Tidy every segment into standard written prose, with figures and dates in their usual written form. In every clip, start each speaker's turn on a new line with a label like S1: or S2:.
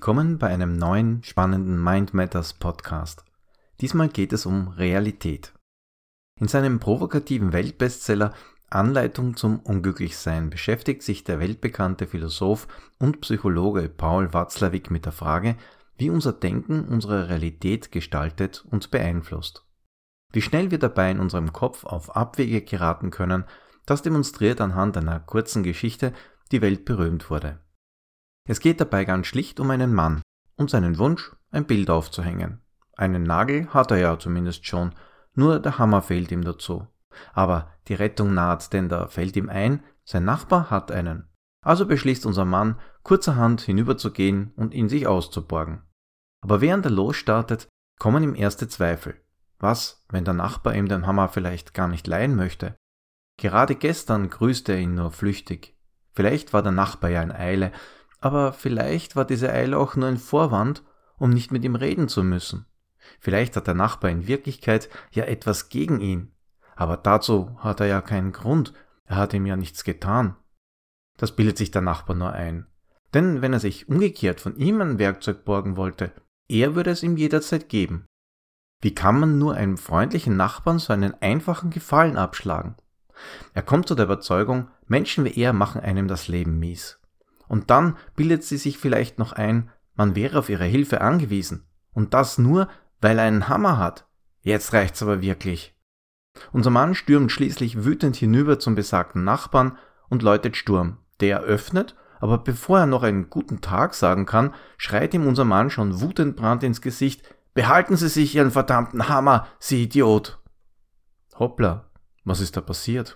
S1: Willkommen bei einem neuen, spannenden Mind Matters Podcast. Diesmal geht es um Realität. In seinem provokativen Weltbestseller Anleitung zum Unglücklichsein beschäftigt sich der weltbekannte Philosoph und Psychologe Paul Watzlawick mit der Frage, wie unser Denken unsere Realität gestaltet und beeinflusst. Wie schnell wir dabei in unserem Kopf auf Abwege geraten können, das demonstriert anhand einer kurzen Geschichte, die weltberühmt wurde. Es geht dabei ganz schlicht um einen Mann und seinen Wunsch, ein Bild aufzuhängen. Einen Nagel hat er ja zumindest schon, nur der Hammer fehlt ihm dazu. Aber die Rettung naht, denn da fällt ihm ein, sein Nachbar hat einen. Also beschließt unser Mann, kurzerhand hinüberzugehen und ihn sich auszuborgen. Aber während er losstartet, kommen ihm erste Zweifel. Was, wenn der Nachbar ihm den Hammer vielleicht gar nicht leihen möchte? Gerade gestern grüßte er ihn nur flüchtig. Vielleicht war der Nachbar ja in Eile, aber vielleicht war diese Eile auch nur ein Vorwand, um nicht mit ihm reden zu müssen. Vielleicht hat der Nachbar in Wirklichkeit ja etwas gegen ihn. Aber dazu hat er ja keinen Grund, er hat ihm ja nichts getan. Das bildet sich der Nachbar nur ein. Denn wenn er sich umgekehrt von ihm ein Werkzeug borgen wollte, er würde es ihm jederzeit geben. Wie kann man nur einem freundlichen Nachbarn so einen einfachen Gefallen abschlagen? Er kommt zu der Überzeugung, Menschen wie er machen einem das Leben mies. Und dann bildet sie sich vielleicht noch ein, man wäre auf ihre Hilfe angewiesen. Und das nur, weil er einen Hammer hat. Jetzt reicht's aber wirklich. Unser Mann stürmt schließlich wütend hinüber zum besagten Nachbarn und läutet Sturm. Der öffnet, aber bevor er noch einen guten Tag sagen kann, schreit ihm unser Mann schon wutentbrannt ins Gesicht: Behalten Sie sich Ihren verdammten Hammer, Sie Idiot! Hoppla, was ist da passiert?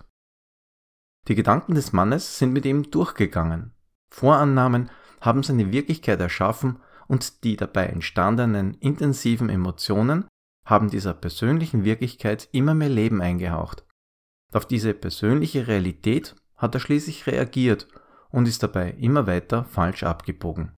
S1: Die Gedanken des Mannes sind mit ihm durchgegangen. Vorannahmen haben seine Wirklichkeit erschaffen und die dabei entstandenen intensiven Emotionen haben dieser persönlichen Wirklichkeit immer mehr Leben eingehaucht. Auf diese persönliche Realität hat er schließlich reagiert und ist dabei immer weiter falsch abgebogen.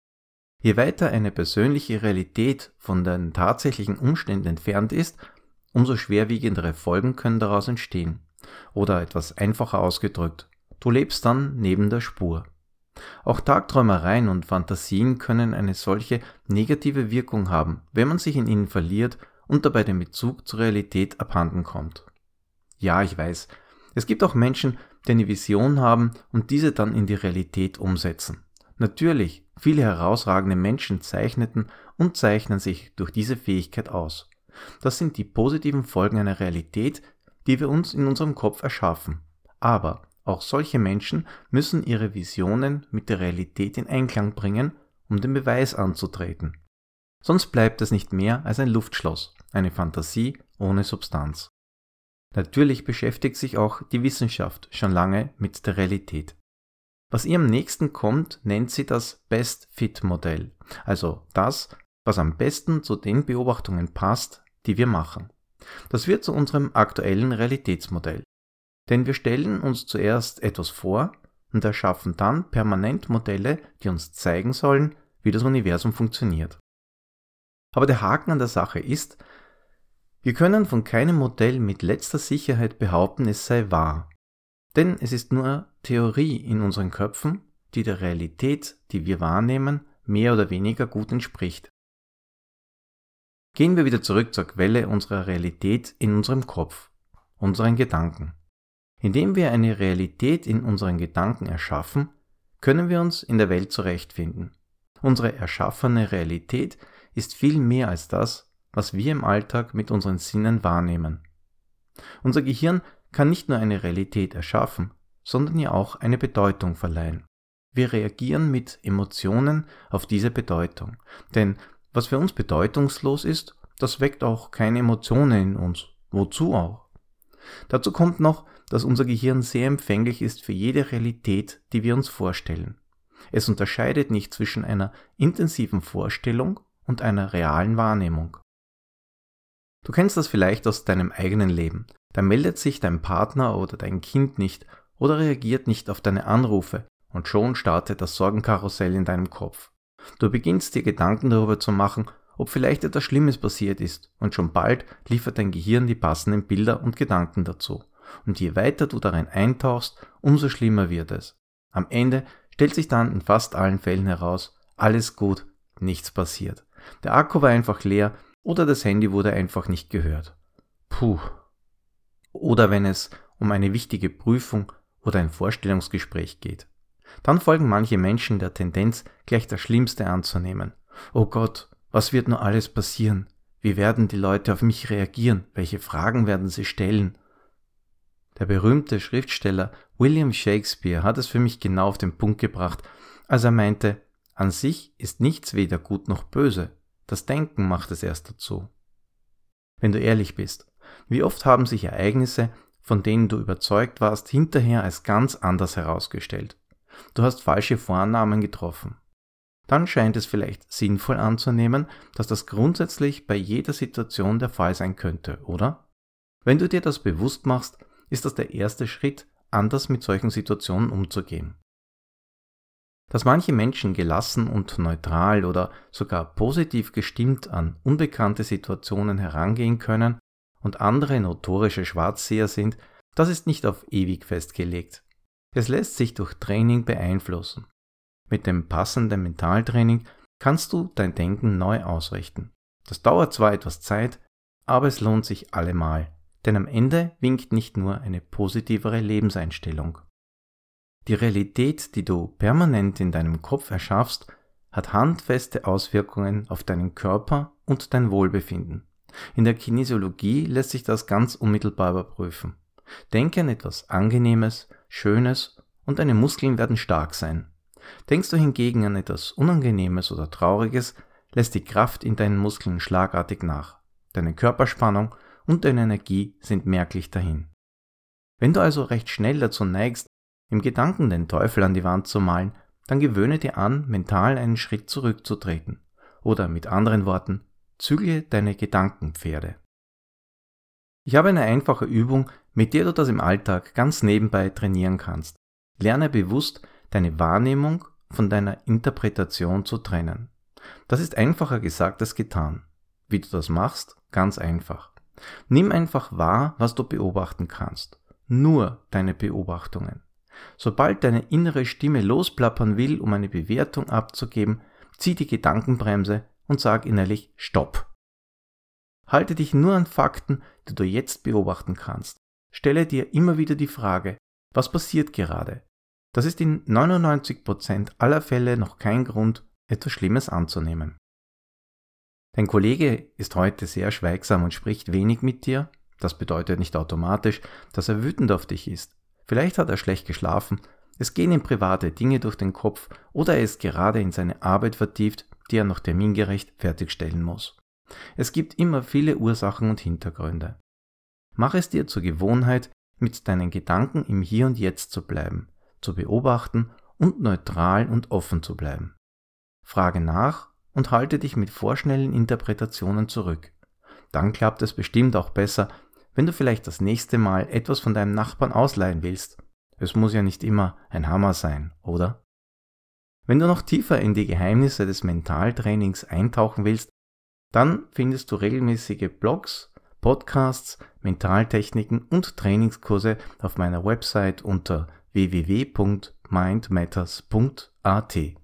S1: Je weiter eine persönliche Realität von den tatsächlichen Umständen entfernt ist, umso schwerwiegendere Folgen können daraus entstehen. Oder etwas einfacher ausgedrückt, du lebst dann neben der Spur. Auch Tagträumereien und Fantasien können eine solche negative Wirkung haben, wenn man sich in ihnen verliert und dabei den Bezug zur Realität abhanden kommt. Ja, ich weiß, es gibt auch Menschen, die eine Vision haben und diese dann in die Realität umsetzen. Natürlich, viele herausragende Menschen zeichneten und zeichnen sich durch diese Fähigkeit aus. Das sind die positiven Folgen einer Realität, die wir uns in unserem Kopf erschaffen. Aber auch solche Menschen müssen ihre Visionen mit der Realität in Einklang bringen, um den Beweis anzutreten. Sonst bleibt es nicht mehr als ein Luftschloss, eine Fantasie ohne Substanz. Natürlich beschäftigt sich auch die Wissenschaft schon lange mit der Realität. Was ihr am nächsten kommt, nennt sie das Best-Fit-Modell, also das, was am besten zu den Beobachtungen passt, die wir machen. Das wird zu unserem aktuellen Realitätsmodell. Denn wir stellen uns zuerst etwas vor und erschaffen dann permanent Modelle, die uns zeigen sollen, wie das Universum funktioniert. Aber der Haken an der Sache ist, wir können von keinem Modell mit letzter Sicherheit behaupten, es sei wahr. Denn es ist nur Theorie in unseren Köpfen, die der Realität, die wir wahrnehmen, mehr oder weniger gut entspricht. Gehen wir wieder zurück zur Quelle unserer Realität in unserem Kopf, unseren Gedanken. Indem wir eine Realität in unseren Gedanken erschaffen, können wir uns in der Welt zurechtfinden. Unsere erschaffene Realität ist viel mehr als das, was wir im Alltag mit unseren Sinnen wahrnehmen. Unser Gehirn kann nicht nur eine Realität erschaffen, sondern ihr auch eine Bedeutung verleihen. Wir reagieren mit Emotionen auf diese Bedeutung, denn was für uns bedeutungslos ist, das weckt auch keine Emotionen in uns. Wozu auch? Dazu kommt noch, dass unser Gehirn sehr empfänglich ist für jede Realität, die wir uns vorstellen. Es unterscheidet nicht zwischen einer intensiven Vorstellung und einer realen Wahrnehmung. Du kennst das vielleicht aus deinem eigenen Leben. Da meldet sich dein Partner oder dein Kind nicht oder reagiert nicht auf deine Anrufe und schon startet das Sorgenkarussell in deinem Kopf. Du beginnst dir Gedanken darüber zu machen, ob vielleicht etwas Schlimmes passiert ist und schon bald liefert dein Gehirn die passenden Bilder und Gedanken dazu. Und je weiter du darin eintauchst, umso schlimmer wird es. Am Ende stellt sich dann in fast allen Fällen heraus, alles gut, nichts passiert. Der Akku war einfach leer oder das Handy wurde einfach nicht gehört. Puh. Oder wenn es um eine wichtige Prüfung oder ein Vorstellungsgespräch geht. Dann folgen manche Menschen der Tendenz, gleich das Schlimmste anzunehmen. Oh Gott, was wird nur alles passieren? Wie werden die Leute auf mich reagieren? Welche Fragen werden sie stellen? Der berühmte Schriftsteller William Shakespeare hat es für mich genau auf den Punkt gebracht, als er meinte, an sich ist nichts weder gut noch böse, das Denken macht es erst dazu. Wenn du ehrlich bist, wie oft haben sich Ereignisse, von denen du überzeugt warst, hinterher als ganz anders herausgestellt? Du hast falsche Vornamen getroffen. Dann scheint es vielleicht sinnvoll anzunehmen, dass das grundsätzlich bei jeder Situation der Fall sein könnte, oder? Wenn du dir das bewusst machst, ist das der erste Schritt, anders mit solchen Situationen umzugehen. Dass manche Menschen gelassen und neutral oder sogar positiv gestimmt an unbekannte Situationen herangehen können und andere notorische Schwarzseher sind, das ist nicht auf ewig festgelegt. Es lässt sich durch Training beeinflussen. Mit dem passenden Mentaltraining kannst du dein Denken neu ausrichten. Das dauert zwar etwas Zeit, aber es lohnt sich allemal, denn am Ende winkt nicht nur eine positivere Lebenseinstellung. Die Realität, die du permanent in deinem Kopf erschaffst, hat handfeste Auswirkungen auf deinen Körper und dein Wohlbefinden. In der Kinesiologie lässt sich das ganz unmittelbar überprüfen. Denke an etwas Angenehmes, Schönes und deine Muskeln werden stark sein. Denkst du hingegen an etwas Unangenehmes oder Trauriges, lässt die Kraft in deinen Muskeln schlagartig nach. Deine Körperspannung und deine Energie sind merklich dahin. Wenn du also recht schnell dazu neigst, im Gedanken den Teufel an die Wand zu malen, dann gewöhne dir an, mental einen Schritt zurückzutreten. Oder mit anderen Worten, zügle deine Gedankenpferde. Ich habe eine einfache Übung, mit der du das im Alltag ganz nebenbei trainieren kannst. Lerne bewusst, deine Wahrnehmung von deiner Interpretation zu trennen. Das ist einfacher gesagt als getan. Wie du das machst? Ganz einfach. Nimm einfach wahr, was du beobachten kannst. Nur deine Beobachtungen. Sobald deine innere Stimme losplappern will, um eine Bewertung abzugeben, zieh die Gedankenbremse und sag innerlich Stopp. Halte dich nur an Fakten, die du jetzt beobachten kannst. Stelle dir immer wieder die Frage, was passiert gerade? Das ist in 99% aller Fälle noch kein Grund, etwas Schlimmes anzunehmen. Dein Kollege ist heute sehr schweigsam und spricht wenig mit dir. Das bedeutet nicht automatisch, dass er wütend auf dich ist. Vielleicht hat er schlecht geschlafen, es gehen ihm private Dinge durch den Kopf oder er ist gerade in seine Arbeit vertieft, die er noch termingerecht fertigstellen muss. Es gibt immer viele Ursachen und Hintergründe. Mach es dir zur Gewohnheit, mit deinen Gedanken im Hier und Jetzt zu bleiben, zu beobachten und neutral und offen zu bleiben. Frage nach und halte dich mit vorschnellen Interpretationen zurück. Dann klappt es bestimmt auch besser, wenn du vielleicht das nächste Mal etwas von deinem Nachbarn ausleihen willst. Es muss ja nicht immer ein Hammer sein, oder? Wenn du noch tiefer in die Geheimnisse des Mentaltrainings eintauchen willst, dann findest du regelmäßige Blogs, Podcasts, Mentaltechniken und Trainingskurse auf meiner Website unter www.mindmatters.at.